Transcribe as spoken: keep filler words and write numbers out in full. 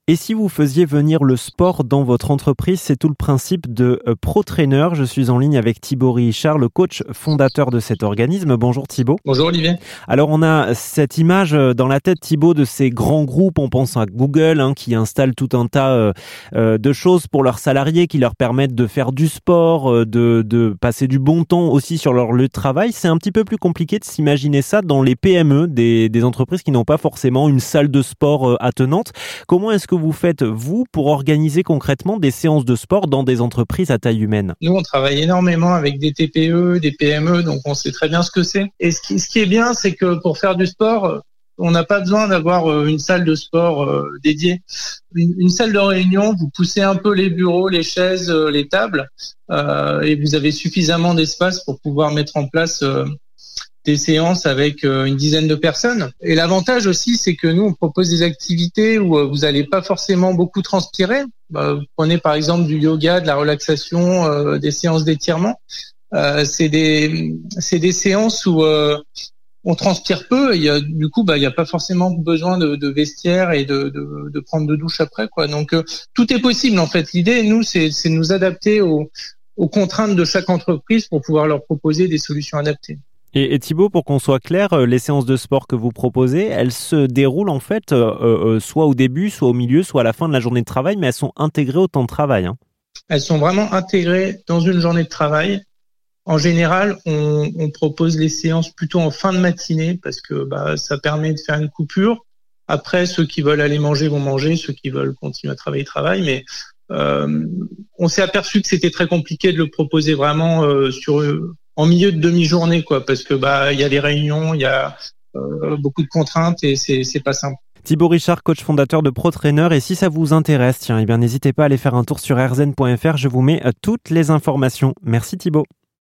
Et si vous faisiez venir le sport dans votre entreprise, c'est tout le principe de ProTrainer. Je suis en ligne avec Thibaut Richard, le coach fondateur de cet organisme. Bonjour Thibaut. Bonjour Olivier. Alors on a cette image dans la tête, Thibaut, de ces grands groupes. On pense à Google hein, qui installe tout un tas euh, euh, de choses pour leurs salariés qui leur permettent de faire du sport, euh, de, de passer du bon temps aussi sur leur lieu de travail. C'est un petit peu plus compliqué de s'imaginer ça dans les P M E, des, des entreprises qui n'ont pas forcément une salle de sport euh, attenante. Comment est-ce que vous faites, vous, pour organiser concrètement des séances de sport dans des entreprises à taille humaine? Nous, on travaille énormément avec des T P E, des P M E, donc on sait très bien ce que c'est. Et ce qui, ce qui est bien, c'est que pour faire du sport, on n'a pas besoin d'avoir une salle de sport dédiée. Une, une salle de réunion, vous poussez un peu les bureaux, les chaises, les tables, euh, et vous avez suffisamment d'espace pour pouvoir mettre en place euh, des séances avec une dizaine de personnes. Et l'avantage aussi, c'est que nous, on propose des activités où vous n'allez pas forcément beaucoup transpirer. Vous prenez par exemple du yoga, de la relaxation, euh, des séances d'étirement. Euh, c'est des c'est des séances où euh, on transpire peu. Et il y a, du coup, bah il y a pas forcément besoin de, de vestiaire et de, de, de prendre de douche après, quoi. Donc euh, tout est possible en fait. L'idée, nous, c'est, c'est de nous adapter aux, aux contraintes de chaque entreprise pour pouvoir leur proposer des solutions adaptées. Et, et Thibaut, pour qu'on soit clair, les séances de sport que vous proposez, elles se déroulent en fait euh, euh, soit au début, soit au milieu, soit à la fin de la journée de travail, mais elles sont intégrées au temps de travail. Hein. Elles sont vraiment intégrées dans une journée de travail. En général, on, on propose les séances plutôt en fin de matinée parce que bah, ça permet de faire une coupure. Après, ceux qui veulent aller manger vont manger, ceux qui veulent continuer à travailler travaillent. Mais euh, on s'est aperçu que c'était très compliqué de le proposer vraiment euh, sur en milieu de demi-journée, quoi, parce que bah il y a des réunions, il y a euh, beaucoup de contraintes et c'est c'est pas simple. Thibaut Richard, coach fondateur de ProTrainer. Et si ça vous intéresse, tiens, eh bien n'hésitez pas à aller faire un tour sur r zen point f r. Je vous mets toutes les informations. Merci Thibaut.